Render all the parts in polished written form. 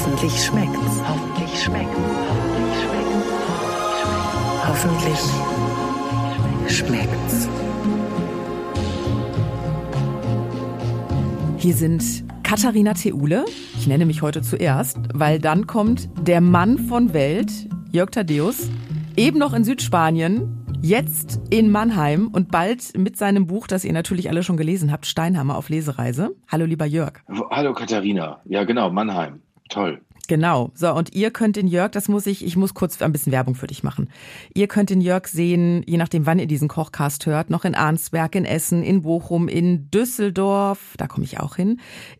Hoffentlich schmeckt's. Hoffentlich schmeckt's. Hoffentlich schmeckt's. Hier sind Katharina Theule. Ich nenne mich heute zuerst, weil dann kommt der Mann von Welt, Jörg Thaddeus, eben noch in Südspanien, jetzt in Mannheim und bald mit seinem Buch, das ihr natürlich alle schon gelesen habt, Steinhammer auf Lesereise. Hallo, lieber Jörg. Hallo, Katharina. Ja, genau, Mannheim. Toll. Genau. So, und ihr könnt den Jörg, ich muss kurz ein bisschen Werbung für dich machen. Ihr könnt den Jörg sehen, je nachdem, wann ihr diesen Kochcast hört, noch in Arnsberg, in Essen, in Bochum, in Düsseldorf, da komme ich auch hin,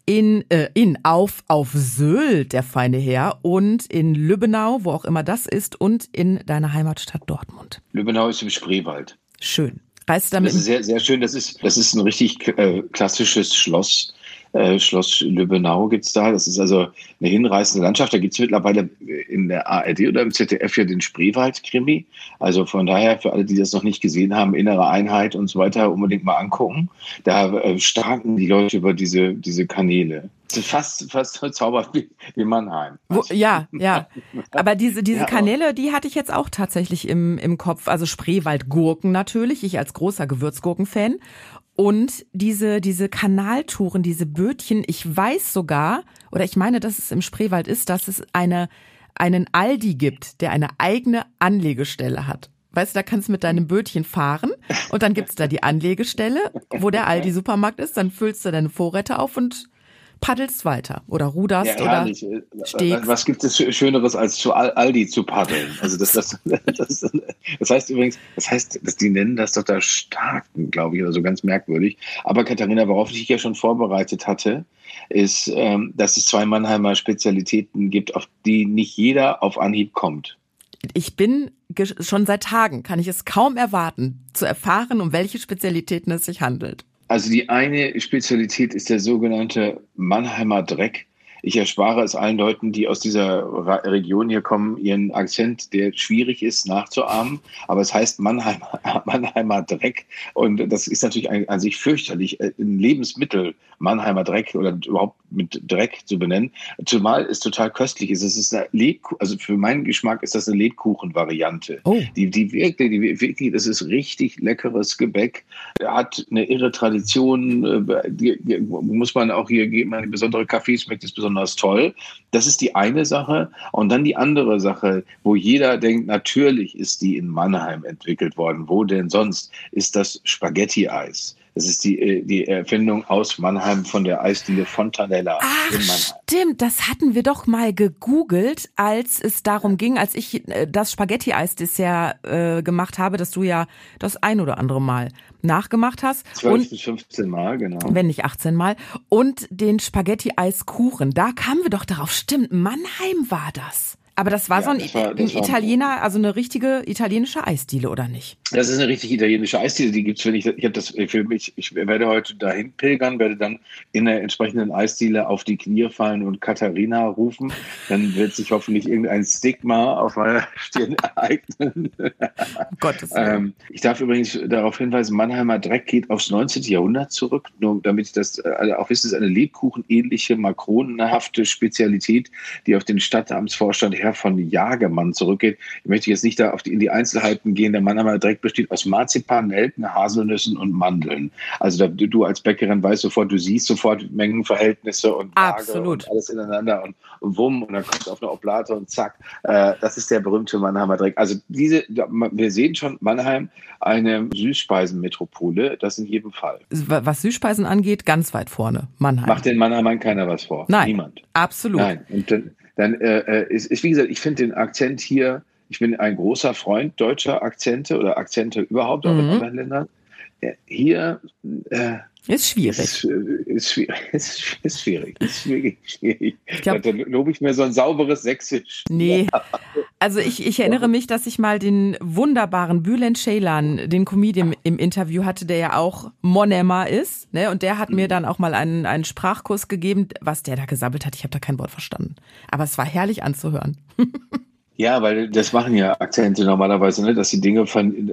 auf Sylt, der feine Herr, und in Lübbenau, wo auch immer das ist, und in deiner Heimatstadt Dortmund. Lübbenau ist im Spreewald. Schön. Reist damit. Das ist sehr, sehr schön. Das ist ein richtig klassisches Schloss. Schloss Lübbenau gibt's da. Das ist also eine hinreißende Landschaft. Da gibt's mittlerweile in der ARD oder im ZDF ja den Spreewald-Krimi. Also von daher, für alle, die das noch nicht gesehen haben, innere Einheit und so weiter, unbedingt mal angucken. Da starten die Leute über diese Kanäle. Das ist fast so zauberhaft wie Mannheim. Ja. Aber diese Ja, Kanäle, die hatte ich jetzt auch tatsächlich im Kopf. Also Spreewald-Gurken natürlich, ich als großer Gewürzgurken-Fan. Und diese Kanaltouren, diese Bötchen, ich weiß sogar, oder ich meine, dass es im Spreewald ist, dass es einen Aldi gibt, der eine eigene Anlegestelle hat. Weißt du, da kannst du mit deinem Bötchen fahren und dann gibt's da die Anlegestelle, wo der Aldi-Supermarkt ist, dann füllst du deine Vorräte auf und paddelst weiter oder ruderst oder stegst. Was gibt es Schöneres, als zu Aldi zu paddeln? Also das heißt übrigens, die nennen das doch da Starken, glaube ich, oder so ganz merkwürdig. Aber Katharina, worauf ich dich ja schon vorbereitet hatte, ist, dass es 2 Mannheimer Spezialitäten gibt, auf die nicht jeder auf Anhieb kommt. Ich bin schon seit Tagen, kann ich es kaum erwarten, zu erfahren, um welche Spezialitäten es sich handelt. Also die eine Spezialität ist der sogenannte Mannheimer Dreck. Ich erspare es allen Leuten, die aus dieser Region hier kommen, ihren Akzent, der schwierig ist nachzuahmen. Aber es heißt Mannheimer Dreck. Und das ist natürlich an sich fürchterlich, ein Lebensmittel Mannheimer Dreck oder überhaupt mit Dreck zu benennen. Zumal es total köstlich ist. Es ist also für meinen Geschmack ist das eine Lebkuchen-Variante. Oh. Die wirklich, das ist richtig leckeres Gebäck. Hat eine irre Tradition. Muss man auch hier geben, eine besondere Kaffee schmeckt es besonders toll. Das ist die eine Sache. Und dann die andere Sache, wo jeder denkt, natürlich ist die in Mannheim entwickelt worden. Wo denn sonst? Ist das Spaghetti-Eis. Das ist die Erfindung aus Mannheim von der Eisdiele Fontanella in Mannheim. Stimmt, das hatten wir doch mal gegoogelt, als es darum ging, als ich das Spaghetti-Eis-Dessert gemacht habe, dass du ja das ein oder andere Mal nachgemacht hast. 12 bis 15 Mal, genau. Wenn nicht 18 Mal. Und den Spaghetti-Eis-Kuchen, da kamen wir doch darauf. Stimmt, Mannheim war das. Aber das war ein Italiener, also eine richtige italienische Eisdiele, oder nicht? Das ist eine richtig italienische Eisdiele, die gibt's, ich habe das für mich, ich werde heute dahin pilgern, werde dann in der entsprechenden Eisdiele auf die Knie fallen und Katharina rufen. Dann wird sich hoffentlich irgendein Stigma auf meiner Stirn ereignen. Gottes Willen. Ich darf übrigens darauf hinweisen, Mannheimer Dreck geht aufs 19. Jahrhundert zurück, nur damit das alle auch wissen, ist eine lebkuchenähnliche, makronenhafte Spezialität, die auf den Stadtamtsvorstand Herr von Jagemann zurückgeht. Ich möchte jetzt nicht da in die Einzelheiten gehen. Der Mannheimer Dreck besteht aus Marzipan, Nelken, Haselnüssen und Mandeln. Also du als Bäckerin weißt sofort, du siehst sofort Mengenverhältnisse und Waage und alles ineinander und wumm und dann kommst du auf eine Oblate und zack. Das ist der berühmte Mannheimer Dreck. Also wir sehen schon Mannheim, eine Süßspeisenmetropole, das in jedem Fall. Was Süßspeisen angeht, ganz weit vorne, Mannheim. Macht den Mannheimern keiner was vor. Nein, niemand. Absolut. Nein. Und dann ist, wie gesagt, ich finde den Akzent hier, ich bin ein großer Freund deutscher Akzente oder Akzente überhaupt, auch in anderen Ländern. Hier ist schwierig. Ist schwierig. Ist wirklich schwierig. Da lobe ich mir so ein sauberes Sächsisch. Nee. Also ich erinnere mich, dass ich mal den wunderbaren Bülent Ceylan, den Comedian, im Interview hatte, der ja auch Monemer ist, ne? Und der hat mir dann auch mal einen Sprachkurs gegeben, was der da gesammelt hat. Ich habe da kein Wort verstanden. Aber es war herrlich anzuhören. Ja, weil das machen ja Akzente normalerweise, ne? Dass sie Dinge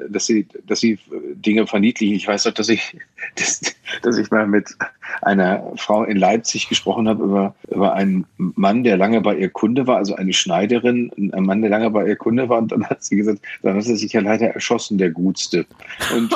Dinge verniedlichen. Ich weiß doch, dass ich mal mit einer Frau in Leipzig gesprochen habe über einen Mann, der lange bei ihr Kunde war, also eine Schneiderin, ein Mann, der lange bei ihr Kunde war, und dann hat sie gesagt, dann hat er sich ja leider erschossen, der Gutste. Und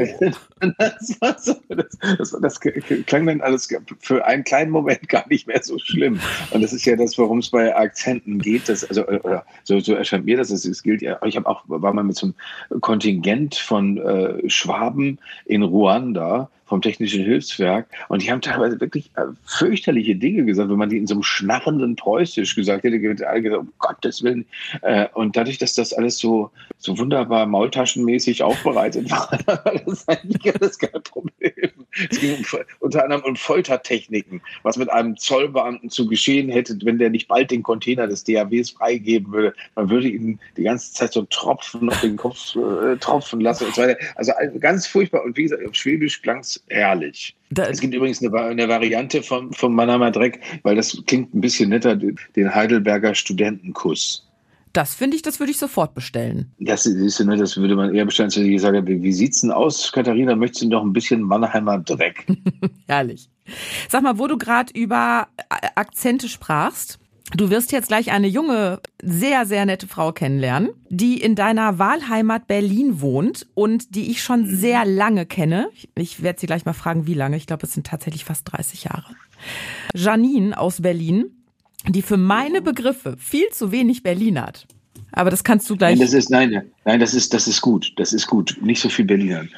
das war so, das klang dann alles für einen kleinen Moment gar nicht mehr so schlimm. Und das ist ja das, worum es bei Akzenten geht. So erscheint mir das. Es gilt ja. War mal mit so einem Kontingent von Schwaben in Ruanda vom Technischen Hilfswerk, und die haben teilweise wirklich fürchterliche Dinge gesagt, wenn man die in so einem schnarrenden Preußisch gesagt hätte, hätte alle gesagt, um Gottes Willen. Und dadurch, dass das alles so wunderbar maultaschenmäßig aufbereitet war, war das eigentlich alles kein Problem. Es ging unter anderem um Foltertechniken, was mit einem Zollbeamten zu geschehen hätte, wenn der nicht bald den Container des DAWs freigeben würde. Man würde ihn die ganze Zeit so Tropfen auf den Kopf tropfen lassen und so weiter. Also ganz furchtbar. Und wie gesagt, auf Schwäbisch klang es herrlich. Es gibt übrigens eine Variante vom Mannheimer Dreck, weil das klingt ein bisschen netter, den Heidelberger Studentenkuss. Das würde ich sofort bestellen. Das würde man eher bestellen, wenn ich sage, wie sieht's denn aus, Katharina? Möchtest du noch ein bisschen Mannheimer Dreck? Herrlich. Sag mal, wo du gerade über Akzente sprachst, du wirst jetzt gleich eine junge, sehr, sehr nette Frau kennenlernen, die in deiner Wahlheimat Berlin wohnt und die ich schon sehr lange kenne. Ich werde sie gleich mal fragen, wie lange. Ich glaube, es sind tatsächlich fast 30 Jahre. Janine aus Berlin, die für meine Begriffe viel zu wenig Berlinert. Aber das kannst du gleich. Nein, das ist gut. Das ist gut. Nicht so viel Berlinern.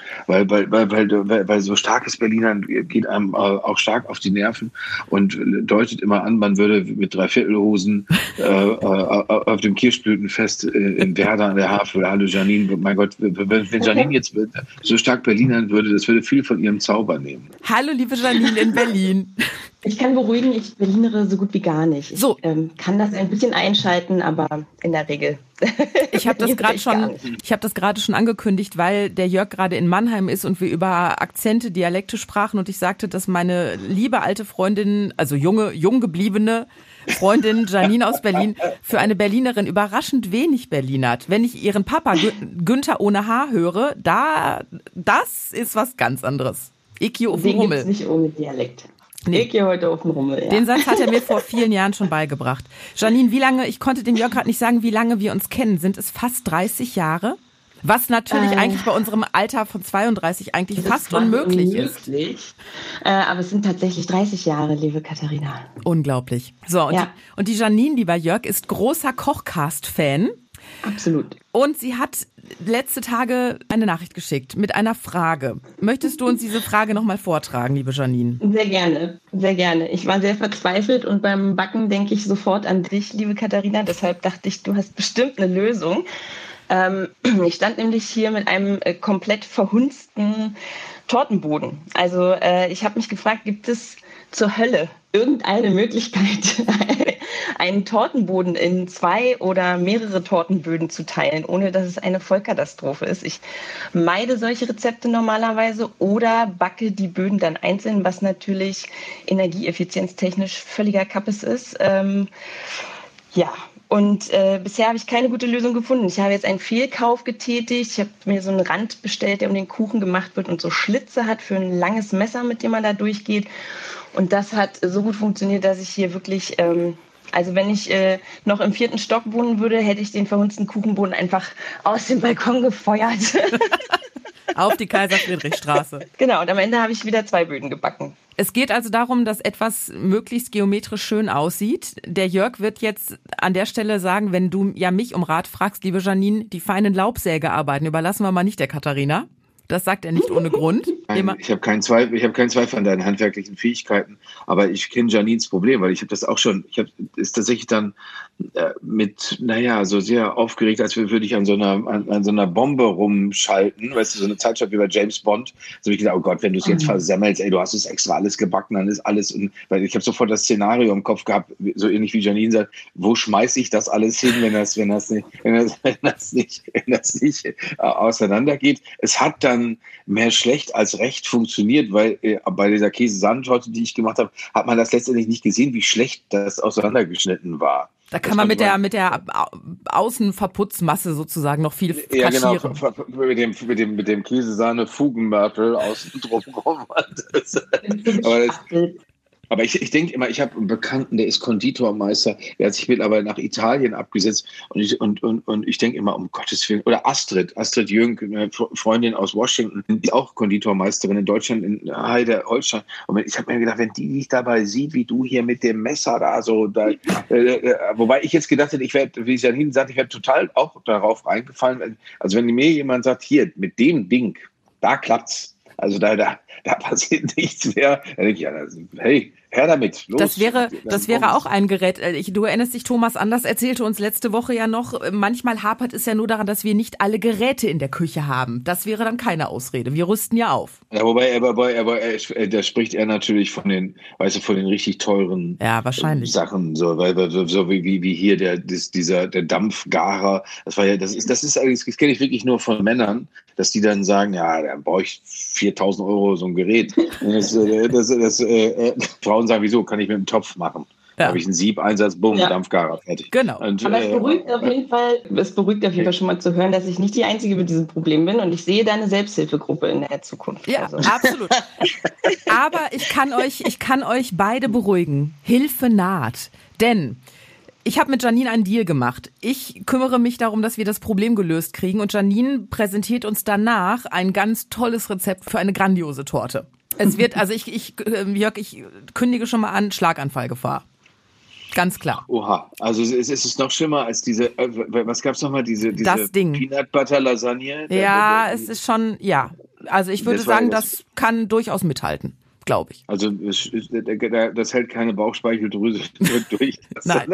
Weil so starkes Berlinern geht einem auch stark auf die Nerven und deutet immer an, man würde mit Dreiviertelhosen auf dem Kirschblütenfest in Werder an der Havel, hallo Janine, mein Gott, wenn Janine jetzt so stark Berlinern würde, das würde viel von ihrem Zauber nehmen. Hallo, liebe Janine in Berlin. Ich kann beruhigen, ich berlinere so gut wie gar nicht. Ich kann das ein bisschen einschalten, aber in der Regel. Ich habe das gerade schon angekündigt, weil der Jörg gerade in Mannheim ist und wir über Akzente, Dialekte sprachen und ich sagte, dass meine liebe alte Freundin, also jung gebliebene Freundin Janine aus Berlin, für eine Berlinerin überraschend wenig Berlinert. Wenn ich ihren Papa Günther ohne Haar höre, das ist was ganz anderes. Ich auf dem Rummel. Den gibt's nicht ohne Dialekt. Nee. Ich gehe heute auf den Rummel, ja. Den Satz hat er mir vor vielen Jahren schon beigebracht. Janine, ich konnte dem Jörg gerade nicht sagen, wie lange wir uns kennen. Sind es fast 30 Jahre? Was natürlich eigentlich bei unserem Alter von 32 eigentlich fast unmöglich ist. Aber es sind tatsächlich 30 Jahre, liebe Katharina. Unglaublich. So, und die Janine, lieber Jörg, ist großer Kochcast-Fan. Absolut. Und sie hat letzte Tage eine Nachricht geschickt mit einer Frage. Möchtest du uns diese Frage nochmal vortragen, liebe Janine? Sehr gerne, sehr gerne. Ich war sehr verzweifelt und beim Backen denke ich sofort an dich, liebe Katharina. Deshalb dachte ich, du hast bestimmt eine Lösung. Ich stand nämlich hier mit einem komplett verhunzten Tortenboden. Also ich habe mich gefragt, gibt es zur Hölle irgendeine Möglichkeit, einen Tortenboden in 2 oder mehrere Tortenböden zu teilen, ohne dass es eine Vollkatastrophe ist? Ich meide solche Rezepte normalerweise oder backe die Böden dann einzeln, was natürlich energieeffizienztechnisch völliger Kappes ist. Und bisher habe ich keine gute Lösung gefunden. Ich habe jetzt einen Fehlkauf getätigt. Ich habe mir so einen Rand bestellt, der um den Kuchen gemacht wird und so Schlitze hat für ein langes Messer, mit dem man da durchgeht. Und das hat so gut funktioniert, dass ich hier wirklich, also wenn ich noch im 4. Stock wohnen würde, hätte ich den verhunzten Kuchenboden einfach aus dem Balkon gefeuert. Auf die Kaiser-Friedrich-Straße. Genau, und am Ende habe ich wieder 2 Böden gebacken. Es geht also darum, dass etwas möglichst geometrisch schön aussieht. Der Jörg wird jetzt an der Stelle sagen, wenn du ja mich um Rat fragst, liebe Janine, die feinen Laubsägearbeiten überlassen wir mal nicht der Katharina. Das sagt er nicht ohne Grund. Ich habe keinen Zweifel an deinen handwerklichen Fähigkeiten, aber ich kenne Janines Problem, weil ich habe das auch schon, ist tatsächlich dann so sehr aufgeregt, als würde ich an so einer Bombe rumschalten, weißt du, so eine Zeitschrift wie bei James Bond. So habe ich gedacht, oh Gott, wenn du es jetzt versemmelst, du hast es extra alles gebacken, dann ist alles, weil ich habe sofort das Szenario im Kopf gehabt, so ähnlich wie Janine sagt, wo schmeiße ich das alles hin, wenn das nicht auseinandergeht. Es hat dann mehr schlecht als recht funktioniert, weil bei dieser Käse-Sahnetorte, die ich gemacht habe, hat man das letztendlich nicht gesehen, wie schlecht das auseinandergeschnitten war. Da kann man mit der Außenverputzmasse sozusagen noch viel ja, genau, kaschieren. mit dem Käsesahne-Fugenmörtel außen drumherum. Aber ich denke immer, ich habe einen Bekannten, der ist Konditormeister, der hat sich mittlerweile nach Italien abgesetzt und ich denke immer, um Gottes Willen, oder Astrid Jünk, eine Freundin aus Washington, die ist auch Konditormeisterin in Deutschland, in Heide, Holstein. Und ich habe mir gedacht, wenn die dich dabei sieht, wie du hier mit dem Messer wobei ich jetzt gedacht hätte, ich werde, wie Janine sagt, ich werde total auch darauf reingefallen. Also wenn mir jemand sagt, hier, mit dem Ding, da klappt's. Also da passiert nichts mehr. Da denke ich, hey, her damit, los. Das wäre auch ein Gerät. Du erinnerst dich, Thomas Anders erzählte uns letzte Woche ja noch, manchmal hapert es ja nur daran, dass wir nicht alle Geräte in der Küche haben. Das wäre dann keine Ausrede. Wir rüsten ja auf. Ja, da spricht er natürlich von den richtig teuren wahrscheinlich. Sachen, so wie hier der Dampfgarer. Das kenne ich wirklich nur von Männern, dass die dann sagen, ja, da brauche ich 4.000 Euro so ein Gerät. Frauen sagen, wieso, kann ich mit dem Topf machen. Da habe ich einen Siebeinsatz, bumm, Dampfgarer, fertig. Genau. Aber es beruhigt auf jeden Fall schon mal zu hören, dass ich nicht die Einzige mit diesem Problem bin und ich sehe deine Selbsthilfegruppe in der Zukunft. Ja, absolut. Aber ich kann euch beide beruhigen. Hilfe naht. Denn ich habe mit Janine einen Deal gemacht. Ich kümmere mich darum, dass wir das Problem gelöst kriegen und Janine präsentiert uns danach ein ganz tolles Rezept für eine grandiose Torte. Es wird, also Jörg, ich kündige schon mal an, Schlaganfallgefahr. Ganz klar. Oha, also es ist noch schlimmer als diese, was gab's nochmal, diese Peanut Butter Lasagne? Es ist schon, also ich würde sagen, das kann durchaus mithalten, glaube ich. Also das hält keine Bauchspeicheldrüse durch. Nein.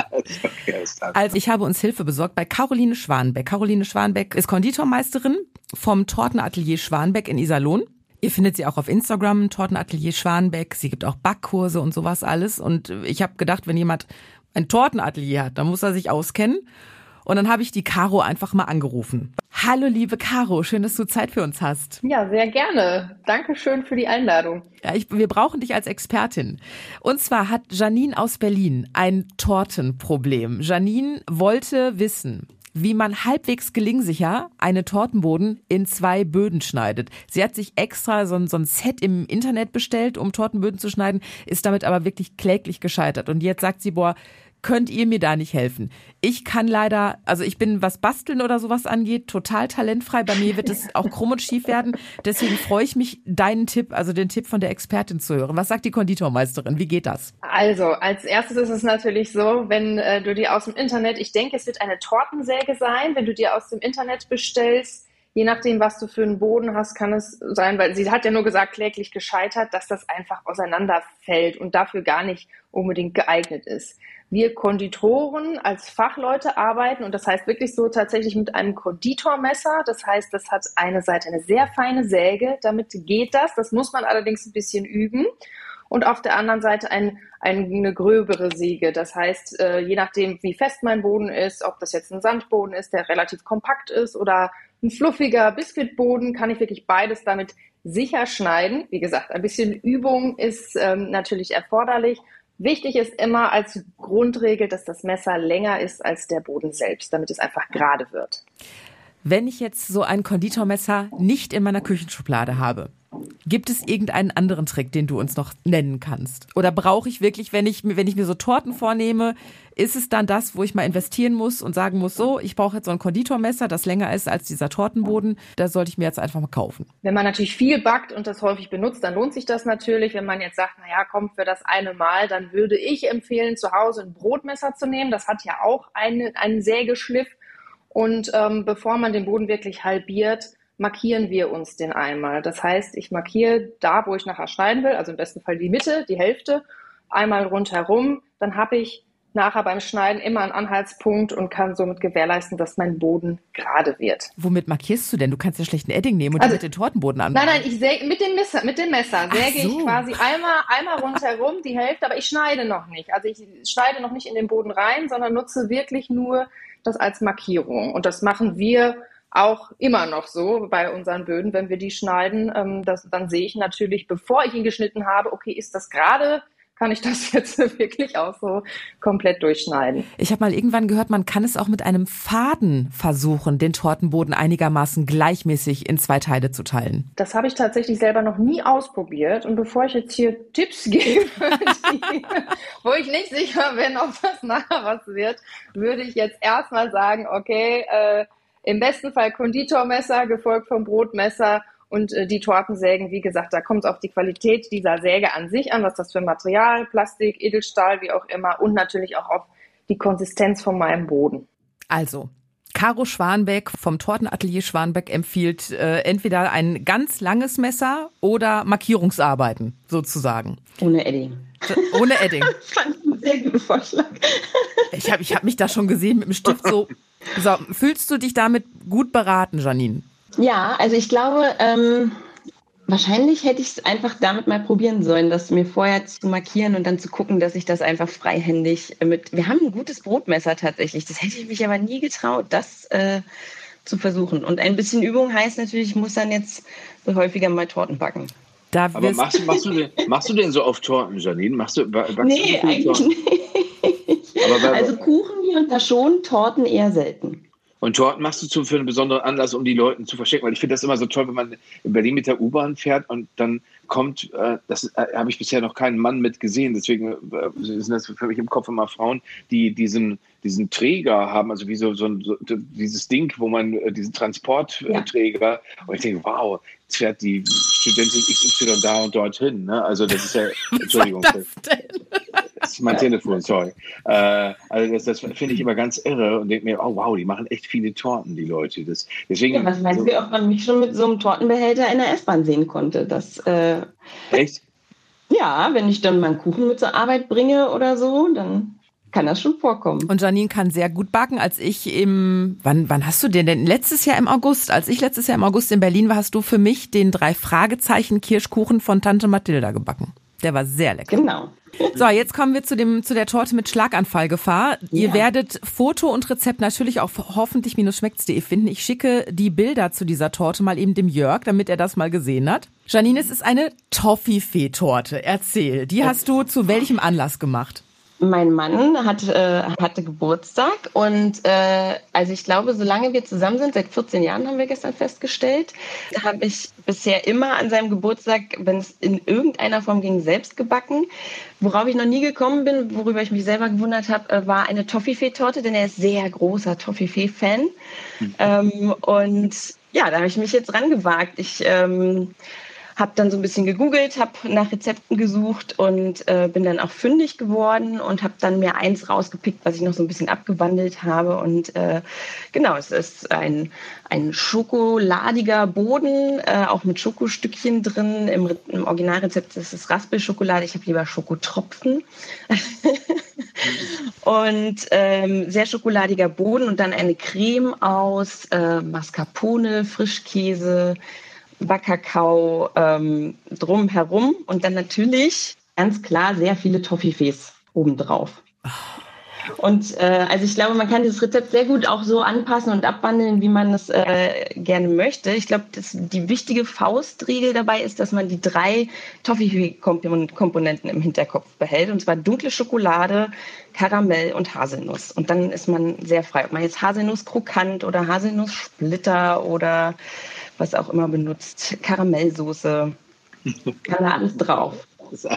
Also ich habe uns Hilfe besorgt bei Caroline Schwanbeck. Caroline Schwanbeck ist Konditormeisterin vom Tortenatelier Schwanbeck in Iserlohn. Ihr findet sie auch auf Instagram, Tortenatelier Schwanbeck. Sie gibt auch Backkurse und sowas alles. Und ich habe gedacht, wenn jemand ein Tortenatelier hat, dann muss er sich auskennen. Und dann habe ich die Caro einfach mal angerufen. Hallo liebe Caro, schön, dass du Zeit für uns hast. Ja, sehr gerne. Dankeschön für die Einladung. Ja, wir brauchen dich als Expertin. Und zwar hat Janine aus Berlin ein Tortenproblem. Janine wollte wissen, wie man halbwegs gelingsicher eine Tortenboden in 2 Böden schneidet. Sie hat sich extra so ein Set im Internet bestellt, um Tortenböden zu schneiden, ist damit aber wirklich kläglich gescheitert. Und jetzt sagt sie, könnt ihr mir da nicht helfen? Ich kann leider, also ich bin, was Basteln oder sowas angeht, total talentfrei. Bei mir wird es auch krumm und schief werden. Deswegen freue ich mich, deinen Tipp, also den Tipp von der Expertin zu hören. Was sagt die Konditormeisterin? Wie geht das? Also, als erstes ist es natürlich so, wenn du dir aus dem Internet, ich denke, es wird eine Tortensäge sein, wenn du dir aus dem Internet bestellst, je nachdem, was du für einen Boden hast, kann es sein, weil sie hat ja nur gesagt, kläglich gescheitert, dass das einfach auseinanderfällt und dafür gar nicht unbedingt geeignet ist. Wir Konditoren als Fachleute arbeiten und das heißt wirklich so tatsächlich mit einem Konditormesser. Das heißt, das hat eine Seite eine sehr feine Säge, damit geht das. Das muss man allerdings ein bisschen üben. Und auf der anderen Seite eine gröbere Säge. Das heißt, je nachdem, wie fest mein Boden ist, ob das jetzt ein Sandboden ist, der relativ kompakt ist oder ein fluffiger Biskuitboden, kann ich wirklich beides damit sicher schneiden. Wie gesagt, ein bisschen Übung ist natürlich erforderlich. Wichtig ist immer als Grundregel, dass das Messer länger ist als der Boden selbst, damit es einfach gerade wird. Wenn ich jetzt so ein Konditormesser nicht in meiner Küchenschublade habe, gibt es irgendeinen anderen Trick, den du uns noch nennen kannst? Oder brauche ich wirklich, wenn ich mir so Torten vornehme, ist es dann das, wo ich mal investieren muss und sagen muss, so, ich brauche jetzt so ein Konditormesser, das länger ist als dieser Tortenboden, das sollte ich mir jetzt einfach mal kaufen. Wenn man natürlich viel backt und das häufig benutzt, dann lohnt sich das natürlich. Wenn man jetzt sagt, komm, für das eine Mal, dann würde ich empfehlen, zu Hause ein Brotmesser zu nehmen. Das hat ja auch einen Sägeschliff. Und bevor man den Boden wirklich halbiert, markieren wir uns den einmal. Das heißt, ich markiere da, wo ich nachher schneiden will, also im besten Fall die Mitte, die Hälfte, einmal rundherum. Dann habe ich nachher beim Schneiden immer einen Anhaltspunkt und kann somit gewährleisten, dass mein Boden gerade wird. Womit markierst du denn? Du kannst ja schlecht einen Edding nehmen und mit den Tortenboden anmachen. Nein, ich säge mit dem Messer säge ich quasi einmal rundherum die Hälfte, aber ich schneide noch nicht. Also ich schneide noch nicht in den Boden rein, sondern nutze wirklich nur das als Markierung. Und das machen wir auch immer noch so bei unseren Böden, wenn wir die schneiden. Dann sehe ich natürlich, bevor ich ihn geschnitten habe, okay, ist das gerade kann ich das jetzt wirklich auch so komplett durchschneiden. Ich habe mal irgendwann gehört, man kann es auch mit einem Faden versuchen, den Tortenboden einigermaßen gleichmäßig in 2 Teile zu teilen. Das habe ich tatsächlich selber noch nie ausprobiert. Und bevor ich jetzt hier Tipps gebe, wo ich nicht sicher bin, ob das nachher was wird, würde ich jetzt erstmal sagen, okay, im besten Fall Konditormesser, gefolgt vom Brotmesser. Und die Tortensägen, wie gesagt, da kommt es auf die Qualität dieser Säge an sich an, was das für Material, Plastik, Edelstahl, wie auch immer, und natürlich auch auf die Konsistenz von meinem Boden. Also, Caro Schwanbeck vom Tortenatelier Schwanbeck empfiehlt entweder ein ganz langes Messer oder Markierungsarbeiten, sozusagen. Ohne Edding. Ohne Edding. Das fand ich einen sehr guten Vorschlag. Ich hab mich da schon gesehen mit dem Stift so. So, fühlst du dich damit gut beraten, Janine? Ja, also ich glaube, wahrscheinlich hätte ich es einfach damit mal probieren sollen, das mir vorher zu markieren und dann zu gucken, dass ich das einfach freihändig wir haben ein gutes Brotmesser tatsächlich. Das hätte ich mich aber nie getraut, das zu versuchen. Und ein bisschen Übung heißt natürlich, ich muss dann jetzt häufiger mal Torten backen. Aber machst du denn so auf Torten, Janine? Nee, eigentlich nicht. Also Kuchen hier und da schon, Torten eher selten. Und Torten machst du für einen besonderen Anlass, um die Leuten zu verschenken? Weil ich finde das immer so toll, wenn man in Berlin mit der U-Bahn fährt und dann kommt, das habe ich bisher noch keinen Mann mit gesehen, deswegen sind das für mich im Kopf immer Frauen, die diesen Träger haben, also wie so dieses Ding, wo man diesen Transportträger, und ich denke, wow, jetzt fährt die Studentin XY da und dorthin, ne? Also das ist ja, Entschuldigung. Das ist mein Telefon, sorry. Also das finde ich immer ganz irre und denke mir, oh wow, die machen echt viele Torten, die Leute. Deswegen, was meinst du, ob man mich schon mit so einem Tortenbehälter in der S-Bahn sehen konnte? Echt? Ja, wenn ich dann meinen Kuchen mit zur Arbeit bringe oder so, dann kann das schon vorkommen. Und Janine kann sehr gut backen. Als ich wann hast du den denn? Letztes Jahr im August im August in Berlin war, hast du für mich den 3-Fragezeichen-Kirschkuchen von Tante Mathilda gebacken. Der war sehr lecker. Genau. So, jetzt kommen wir zu der Torte mit Schlaganfallgefahr. Ja. Ihr werdet Foto und Rezept natürlich auf hoffentlich-schmeckt's.de finden. Ich schicke die Bilder zu dieser Torte mal eben dem Jörg, damit er das mal gesehen hat. Janine, es ist eine Toffifee-Torte. Erzähl, die hast du zu welchem Anlass gemacht? Mein Mann hatte Geburtstag und also ich glaube, solange wir zusammen sind, seit 14 Jahren haben wir gestern festgestellt, habe ich bisher immer an seinem Geburtstag, wenn es in irgendeiner Form ging, selbst gebacken. Worauf ich noch nie gekommen bin, worüber ich mich selber gewundert habe, war eine Toffifee-Torte, denn er ist sehr großer Toffifee-Fan. Und ja, da habe ich mich jetzt rangewagt. Ich habe dann so ein bisschen gegoogelt, habe nach Rezepten gesucht und bin dann auch fündig geworden und habe dann mir eins rausgepickt, was ich noch so ein bisschen abgewandelt habe. Und genau, es ist ein schokoladiger Boden, auch mit Schokostückchen drin. Im Originalrezept ist es Raspelschokolade. Ich habe lieber Schokotropfen. Und sehr schokoladiger Boden und dann eine Creme aus Mascarpone, Frischkäse, Backkakao drumherum und dann natürlich ganz klar sehr viele Toffifees obendrauf. Und also ich glaube, man kann dieses Rezept sehr gut auch so anpassen und abwandeln, wie man es gerne möchte. Ich glaube, die wichtige Faustregel dabei ist, dass man die 3 Toffifee-Komponenten im Hinterkopf behält. Und zwar dunkle Schokolade, Karamell und Haselnuss. Und dann ist man sehr frei. Ob man jetzt Haselnuss krokant oder Haselnusssplitter oder was auch immer benutzt, Karamellsoße, kann da alles drauf.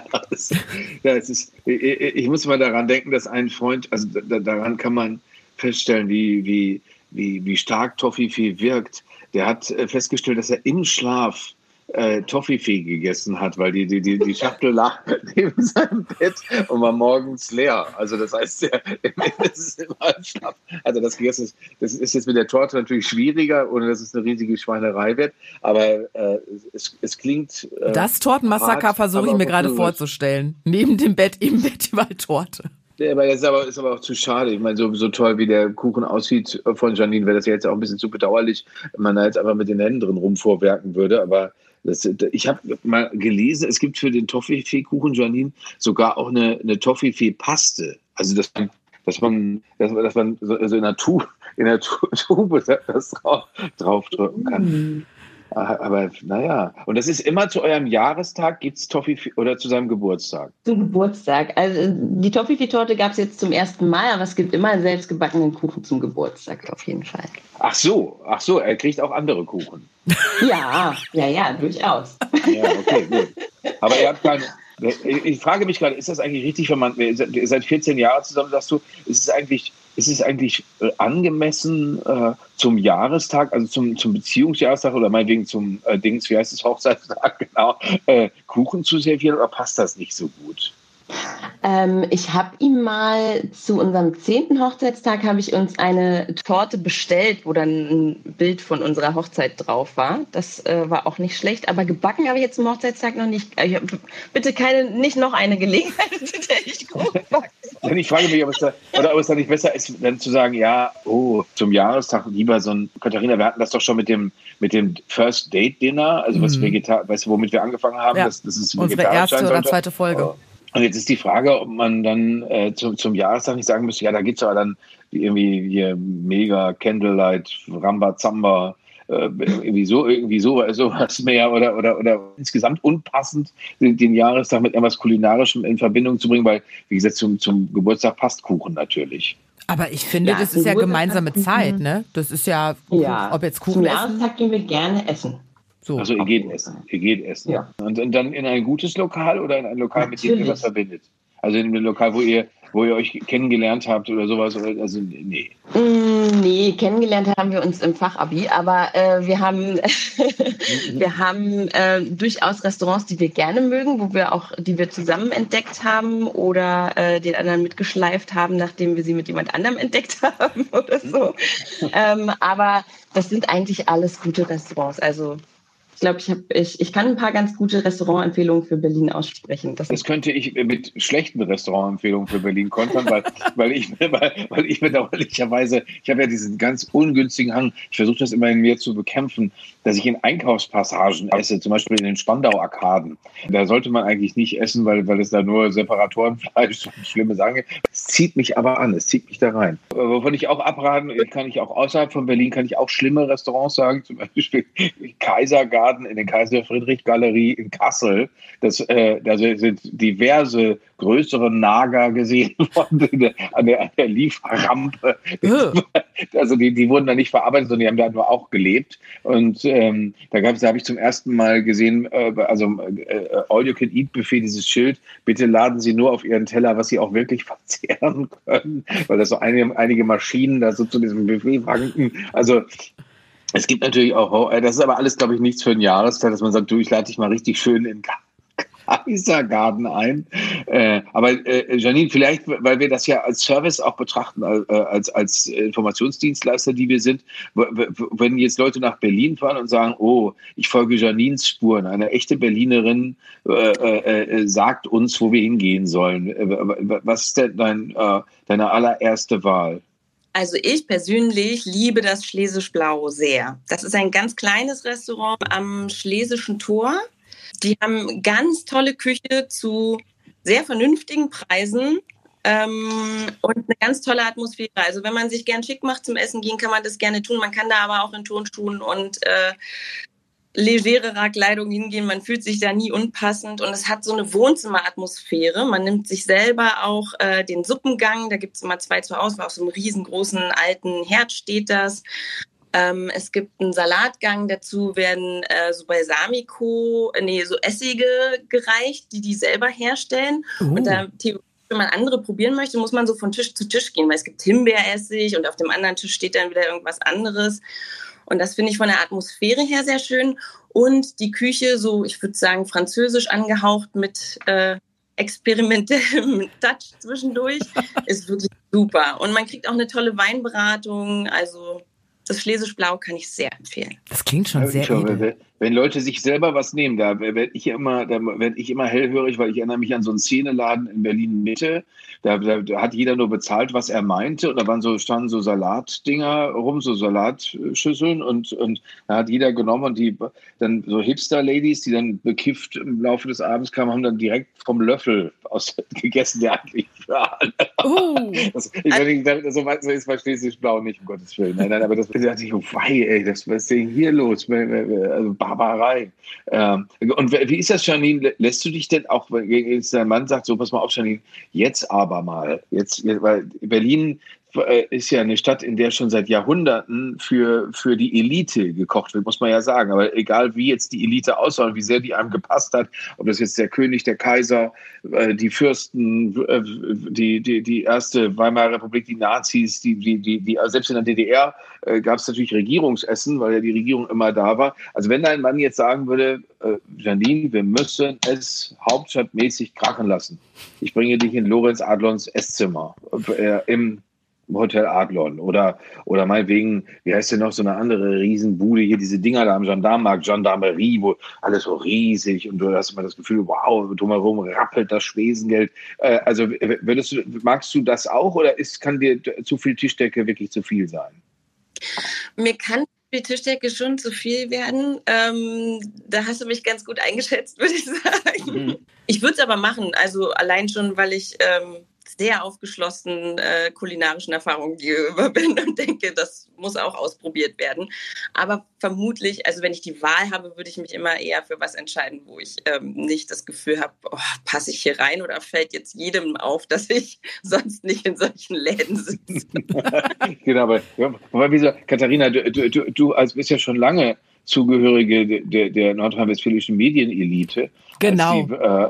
Ich muss mal daran denken, dass ein Freund, also daran kann man feststellen, wie stark Toffifee wirkt. Der hat festgestellt, dass er im Schlaf Toffifee gegessen hat, weil die Schachtel lag neben seinem Bett und war morgens leer. Also das heißt, das ist immer im Schlaf. Also das gegessen ist, das ist jetzt mit der Torte natürlich schwieriger, ohne dass es eine riesige Schweinerei wird. Aber es klingt. Das Tortenmassaker versuche ich mir gerade vorzustellen. Neben dem Bett, im Bett überall Torte. Ja, aber das ist aber auch zu schade. Ich meine, so toll wie der Kuchen aussieht von Janine, wäre das ja jetzt auch ein bisschen zu bedauerlich, wenn man da jetzt einfach mit den Händen drin rumvorwerken würde. Aber ich habe mal gelesen, es gibt für den Toffifee-Kuchen, Janine, sogar auch eine Toffifee-Paste. Also dass man so in der Tube das draufdrücken kann. Aber naja, und das ist immer zu eurem Jahrestag, gibt es Toffifee oder zu seinem Geburtstag? Zum Geburtstag. Also die Toffifee-Torte gab es jetzt zum ersten Mal, aber es gibt immer einen selbstgebackenen Kuchen zum Geburtstag, auf jeden Fall. Ach so, er kriegt auch andere Kuchen. Ja, durchaus. Ja, okay, gut. Aber ihr habt keine. Ich frage mich gerade, ist das eigentlich richtig, wenn ihr seit 14 Jahren zusammen, sagst du, ist es eigentlich angemessen zum Jahrestag, also zum Beziehungsjahrestag oder meinetwegen zum Hochzeitstag, genau, Kuchen zu servieren, oder passt das nicht so gut? Ich habe ihm mal zu unserem 10. Hochzeitstag habe ich uns eine Torte bestellt, wo dann ein Bild von unserer Hochzeit drauf war. Das war auch nicht schlecht, aber gebacken habe ich jetzt zum Hochzeitstag noch nicht. Bitte nicht noch eine Gelegenheit, in der ich gut backe. Ich frage mich, ob es da nicht besser ist, dann zu sagen, zum Jahrestag lieber so ein, Katharina, wir hatten das doch schon mit dem First Date Dinner, also weißt du, womit wir angefangen haben? Ja, das ist unsere erste oder zweite Folge. Und jetzt ist die Frage, ob man dann zum Jahrestag nicht sagen müsste, ja, da gibt's aber dann irgendwie hier mega Candlelight, Rambazamba, irgendwie sowas mehr oder insgesamt unpassend den Jahrestag mit etwas Kulinarischem in Verbindung zu bringen, weil, wie gesagt, zum Geburtstag passt Kuchen natürlich. Aber ich finde, das ist ja gemeinsame Zeit, ne? Das ist ja, ob jetzt Kuchen zum Jahrestag gehen wir gerne essen. So. Also ihr geht essen. Ja. Und dann in ein gutes Lokal oder in ein Lokal, mit dem ihr was verbindet? Also in einem Lokal, wo ihr euch kennengelernt habt oder sowas? Also nee. Nee, kennengelernt haben wir uns im Fachabi, aber wir haben durchaus Restaurants, die wir gerne mögen, die wir zusammen entdeckt haben oder den anderen mitgeschleift haben, nachdem wir sie mit jemand anderem entdeckt haben oder so. Aber das sind eigentlich alles gute Restaurants. Also ich glaube, ich kann ein paar ganz gute Restaurantempfehlungen für Berlin aussprechen. Das könnte ich mit schlechten Restaurantempfehlungen für Berlin kontern, weil ich bedauerlicherweise, ich habe ja diesen ganz ungünstigen Hang, ich versuche das immer in mir zu bekämpfen, dass ich in Einkaufspassagen esse, zum Beispiel in den Spandau-Arkaden. Da sollte man eigentlich nicht essen, weil es da nur Separatorenfleisch und schlimme Sachen gibt. Es zieht mich aber an, es zieht mich da rein. Wovon ich auch abraten, kann ich auch außerhalb von Berlin, kann ich auch schlimme Restaurants sagen, zum Beispiel Kaisergarten in der Kaiser-Friedrich-Galerie in Kassel. Da sind diverse größere Nager gesehen worden an der Lieferrampe. Also die wurden da nicht verarbeitet, sondern die haben da nur auch gelebt. Und da habe ich zum ersten Mal gesehen, All-You-Can-Eat-Buffet, dieses Schild, bitte laden Sie nur auf Ihren Teller, was Sie auch wirklich verzehren können, weil das so einige Maschinen da so zu diesem Buffet wanken. Also es gibt natürlich auch, das ist aber alles, glaube ich, nichts für ein Jahrestag, dass man sagt, ich lade dich mal richtig schön in Kaisergarten ein. Aber Janine, vielleicht, weil wir das ja als Service auch betrachten, als Informationsdienstleister, die wir sind, wenn jetzt Leute nach Berlin fahren und sagen, ich folge Janines Spuren, eine echte Berlinerin sagt uns, wo wir hingehen sollen. Was ist denn deine allererste Wahl? Also ich persönlich liebe das Schlesisch Blau sehr. Das ist ein ganz kleines Restaurant am Schlesischen Tor. Die haben ganz tolle Küche zu sehr vernünftigen Preisen und eine ganz tolle Atmosphäre. Also wenn man sich gern schick macht zum Essen gehen, kann man das gerne tun. Man kann da aber auch in Turnschuhen und legererer Kleidung hingehen. Man fühlt sich da nie unpassend und es hat so eine Wohnzimmeratmosphäre. Man nimmt sich selber auch den Suppengang. Da gibt es immer 2 zur Auswahl. Auf so einem riesengroßen alten Herd steht das. Es gibt einen Salatgang. Dazu werden so Essige gereicht, die selber herstellen. Und da wenn man andere probieren möchte, muss man so von Tisch zu Tisch gehen, weil es gibt Himbeeressig und auf dem anderen Tisch steht dann wieder irgendwas anderes. Und das finde ich von der Atmosphäre her sehr schön. Und die Küche, so ich würde sagen französisch angehaucht mit experimentellem Touch zwischendurch, ist wirklich super. Und man kriegt auch eine tolle Weinberatung. Also das Schlesisch Blau kann ich sehr empfehlen. Das klingt schon sehr edel. Wenn Leute sich selber was nehmen, da werde ich immer hellhörig, weil ich erinnere mich an so einen Szeneladen in Berlin-Mitte. Da hat jeder nur bezahlt, was er meinte. Und da standen so Salatdinger rum, so Salatschüsseln. Und da hat jeder genommen und die dann so Hipster-Ladies, die dann bekifft im Laufe des Abends kamen, haben dann direkt vom Löffel gegessen, der eigentlich für alle. So ist bei Schlesisch-Blau nicht, um Gottes Willen. Nein, aber das dachte ich, was ist denn hier los? Also Barbarei. Und wie ist das, Janine? Lässt du dich denn auch, wenn jetzt dein Mann sagt, so, pass mal auf, Janine, jetzt aber mal. Weil Berlin ist ja eine Stadt, in der schon seit Jahrhunderten für die Elite gekocht wird, muss man ja sagen. Aber egal, wie jetzt die Elite aussah und wie sehr die einem gepasst hat, ob das jetzt der König, der Kaiser, die Fürsten, die erste Weimarer Republik, die Nazis, selbst in der DDR gab es natürlich Regierungsessen, weil ja die Regierung immer da war. Also wenn dein Mann jetzt sagen würde, Janine, wir müssen es hauptstadtmäßig krachen lassen. Ich bringe dich in Lorenz Adlons Esszimmer im Hotel Adlon oder meinetwegen, wie heißt denn noch, so eine andere Riesenbude hier, diese Dinger da am Gendarmenmarkt, Gendarmerie, wo alles so riesig und du hast immer das Gefühl, wow, drumherum rappelt das Spesengeld. Also magst du das auch oder kann dir zu viel Tischdecke wirklich zu viel sein? Mir kann die Tischdecke schon zu viel werden. Da hast du mich ganz gut eingeschätzt, würde ich sagen. Mhm. Ich würde es aber machen, also allein schon, weil ich sehr aufgeschlossen kulinarischen Erfahrungen gegenüber bin und denke, das muss auch ausprobiert werden. Aber vermutlich, also wenn ich die Wahl habe, würde ich mich immer eher für was entscheiden, wo ich nicht das Gefühl habe, passe ich hier rein oder fällt jetzt jedem auf, dass ich sonst nicht in solchen Läden sitze. Genau, aber wieso, Katharina, du bist ja schon lange Zugehörige der nordrhein-westfälischen Medienelite. Genau.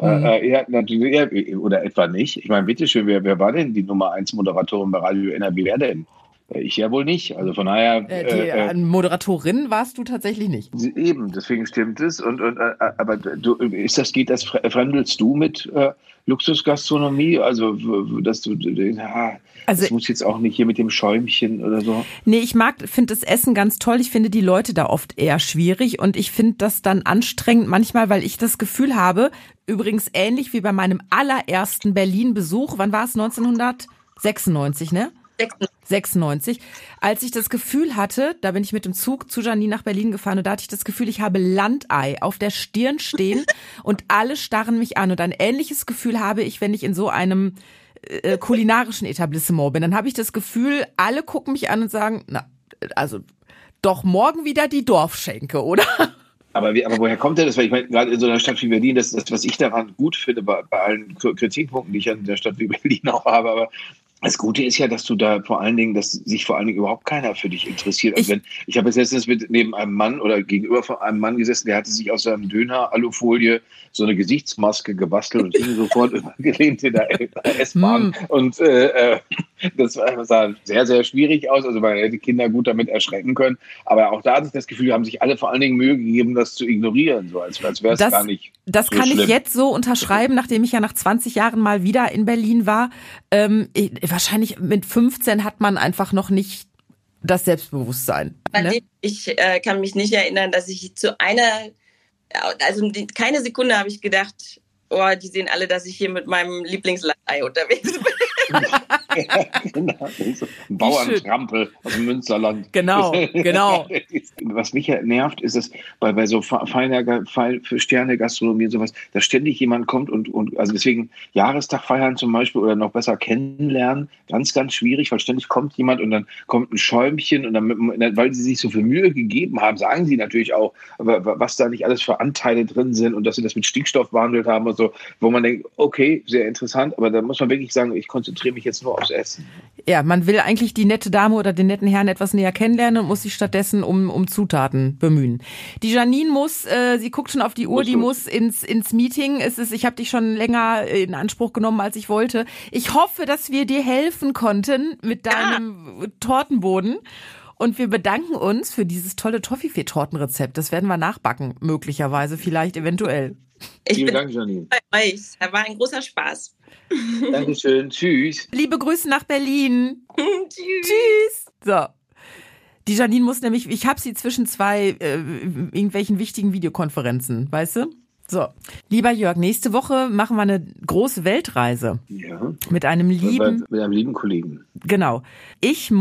Oder etwa nicht. Ich meine, bitteschön, wer war denn die Nummer 1 Moderatorin bei Radio NRW? Wer denn? Ich ja wohl nicht. Also von daher. Moderatorin warst du tatsächlich nicht. Eben, deswegen stimmt es. Aber fremdelst du mit Luxusgastronomie? Also, dass du, das muss jetzt auch nicht hier mit dem Schäumchen oder so. Nee, finde das Essen ganz toll. Ich finde die Leute da oft eher schwierig und ich finde das dann anstrengend manchmal, weil ich das Gefühl habe, übrigens ähnlich wie bei meinem allerersten Berlin-Besuch, wann war es? 1996, ne? 96, als ich das Gefühl hatte, da bin ich mit dem Zug zu Janine nach Berlin gefahren und da hatte ich das Gefühl, ich habe Landei auf der Stirn stehen und alle starren mich an und ein ähnliches Gefühl habe ich, wenn ich in so einem kulinarischen Etablissement bin. Dann habe ich das Gefühl, alle gucken mich an und sagen, also doch morgen wieder die Dorfschenke, oder? Aber woher kommt denn das? Weil ich meine, gerade in so einer Stadt wie Berlin, das was ich daran gut finde, bei allen Kritikpunkten, die ich an der Stadt wie Berlin auch habe, aber das Gute ist ja, dass sich vor allen Dingen überhaupt keiner für dich interessiert. Also ich habe jetzt letztens neben einem Mann oder gegenüber von einem Mann gesessen, der hatte sich aus seinem Döner-Alufolie so eine Gesichtsmaske gebastelt und hing sofort gelehnt in der S-Bahn. Und das sah sehr, sehr schwierig aus. Also man hätte Kinder gut damit erschrecken können. Aber auch da hatte ich das Gefühl, haben sich alle vor allen Dingen Mühe gegeben, das zu ignorieren, so als wäre es gar nicht das so kann schlimm. Ich jetzt so unterschreiben, nachdem ich ja nach 20 Jahren mal wieder in Berlin war. Wahrscheinlich mit 15 hat man einfach noch nicht das Selbstbewusstsein. Ne? Ich kann mich nicht erinnern, dass ich keine Sekunde habe ich gedacht, die sehen alle, dass ich hier mit meinem Lieblingslandei unterwegs bin. Genau. Ein Bauerntrampel aus dem Münsterland. Genau. Was mich ja nervt, ist es bei so für Sterne-Gastronomie und sowas, dass ständig jemand kommt und also deswegen Jahrestag feiern zum Beispiel oder noch besser kennenlernen, ganz, ganz schwierig, weil ständig kommt jemand und dann kommt ein Schäumchen und dann, weil sie sich so viel Mühe gegeben haben, sagen sie natürlich auch, was da nicht alles für Anteile drin sind und dass sie das mit Stickstoff behandelt haben und so, wo man denkt, okay, sehr interessant, aber da muss man wirklich sagen, ich konzentriere mich jetzt nur aufs Essen. Ja, man will eigentlich die nette Dame oder den netten Herrn etwas näher kennenlernen und muss sich stattdessen um Zutaten bemühen. Die Janine sie guckt schon auf die Uhr, die muss ins Meeting. Ich habe dich schon länger in Anspruch genommen, als ich wollte. Ich hoffe, dass wir dir helfen konnten mit deinem Tortenboden. Und wir bedanken uns für dieses tolle Toffifee-Tortenrezept. Das werden wir nachbacken, möglicherweise, vielleicht, eventuell. Vielen Dank, Janine. Bei euch. Das war ein großer Spaß. Dankeschön. Tschüss. Liebe Grüße nach Berlin. Tschüss. Tschüss. So. Die Janine muss nämlich, ich habe sie zwischen zwei irgendwelchen wichtigen Videokonferenzen, weißt du? So, lieber Jörg, nächste Woche machen wir eine große Weltreise. Ja. Mit einem lieben Kollegen. Genau. Ich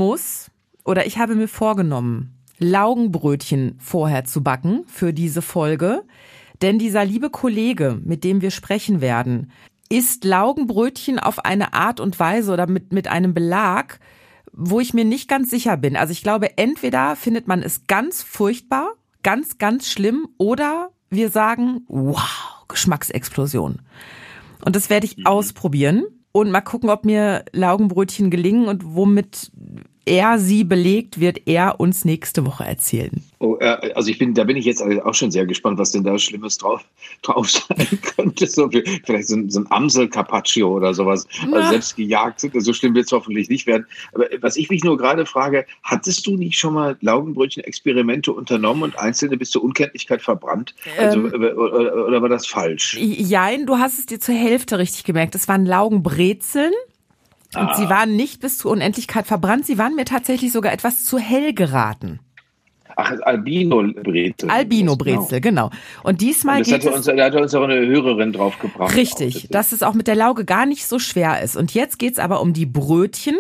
habe mir vorgenommen, Laugenbrötchen vorher zu backen für diese Folge. Denn dieser liebe Kollege, mit dem wir sprechen werden, isst Laugenbrötchen auf eine Art und Weise oder mit einem Belag, wo ich mir nicht ganz sicher bin. Also ich glaube, entweder findet man es ganz furchtbar, ganz, ganz schlimm, oder wir sagen, wow, Geschmacksexplosion. Und das werde ich ausprobieren und mal gucken, ob mir Laugenbrötchen gelingen und womit er sie belegt, wird er uns nächste Woche erzählen. Oh, also da bin ich jetzt auch schon sehr gespannt, was denn da Schlimmes drauf sein könnte. So, vielleicht so ein Amsel-Carpaccio oder sowas, also selbst gejagt. So schlimm wird es hoffentlich nicht werden. Aber was ich mich nur gerade frage, hattest du nicht schon mal Laugenbrötchen-Experimente unternommen und einzelne bis zur Unkenntlichkeit verbrannt? Also, oder war das falsch? Jein, du hast es dir zur Hälfte richtig gemerkt. Es waren Laugenbrezeln. Und sie waren nicht bis zur Unendlichkeit verbrannt, sie waren mir tatsächlich sogar etwas zu hell geraten. Ach, Albino-Brezel. Albino-Brezel, genau. Und diesmal da hat uns auch eine Hörerin draufgebracht. Richtig, dass es auch mit der Lauge gar nicht so schwer ist. Und jetzt geht's aber um die Brötchen.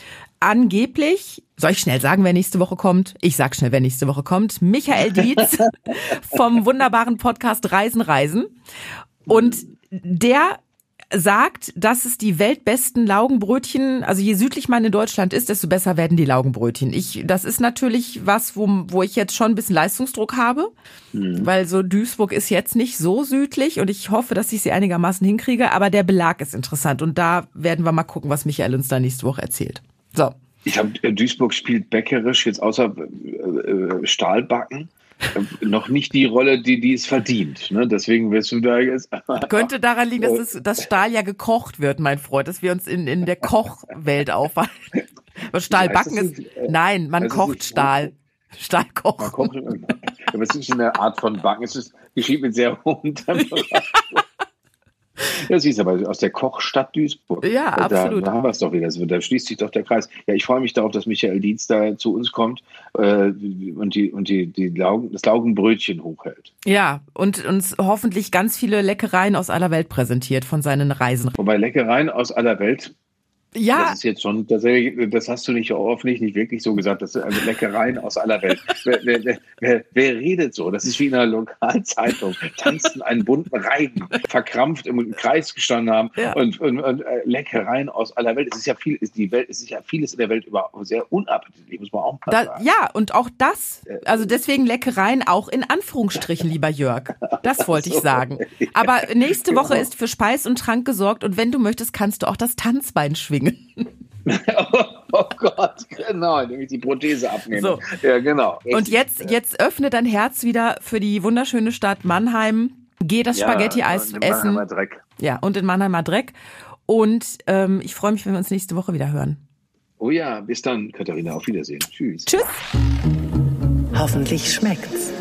Angeblich, soll ich schnell sagen, wer nächste Woche kommt? Ich sag schnell, wer nächste Woche kommt. Michael Dietz vom wunderbaren Podcast Reisen. Und der sagt, dass es die weltbesten Laugenbrötchen, also je südlich man in Deutschland ist, desto besser werden die Laugenbrötchen. Das ist natürlich was, wo ich jetzt schon ein bisschen Leistungsdruck habe, weil so Duisburg ist jetzt nicht so südlich und ich hoffe, dass ich sie einigermaßen hinkriege, aber der Belag ist interessant und da werden wir mal gucken, was Michael uns da nächste Woche erzählt. So. Ich habe Duisburg spielt bäckerisch jetzt außer Stahlbacken noch nicht die Rolle, die es verdient. Ne? Deswegen wissen wir jetzt. Könnte daran liegen, dass das Stahl ja gekocht wird, mein Freund, dass wir uns in der Kochwelt aufhalten. Aber Stahlbacken ist, nein, man kocht Stahl. Stahlkochen. Man kocht, aber es ist eine Art von Backen. Es ist geschieht mit sehr hohem Temperatur. Ja, siehst du, aber aus der Kochstadt Duisburg. Ja, absolut. Da haben wir es doch wieder. Da schließt sich doch der Kreis. Ja, ich freue mich darauf, dass Michael Dietz da zu uns kommt und das Laugenbrötchen hochhält. Ja, und uns hoffentlich ganz viele Leckereien aus aller Welt präsentiert von seinen Reisen. Wobei Leckereien aus aller Welt, ja, das ist jetzt schon, das hast du nicht hoffentlich nicht wirklich so gesagt, das sind also Leckereien aus aller Welt. Wer redet so? Das ist wie in einer Lokalzeitung. Tanzen einen bunten Reigen, verkrampft im Kreis gestanden haben und Leckereien aus aller Welt. Es ist ja vieles in der Welt überhaupt sehr unappetitlich, muss man auch mal sagen. Ja, und auch das, also deswegen Leckereien auch in Anführungsstrichen, lieber Jörg. Das wollte ich sagen. Aber nächste Woche ist für Speis und Trank gesorgt und wenn du möchtest, kannst du auch das Tanzbein schwingen. Oh Gott, genau, nämlich die Prothese abnehmen. So. Ja, genau. Richtig. Und jetzt öffne dein Herz wieder für die wunderschöne Stadt Mannheim. Geh das Spaghetti-Eis essen. Dreck. Ja, und in Mannheimer Dreck. Und ich freue mich, wenn wir uns nächste Woche wieder hören. Oh ja, bis dann, Katharina. Auf Wiedersehen. Tschüss. Tschüss. Hoffentlich schmeckt's.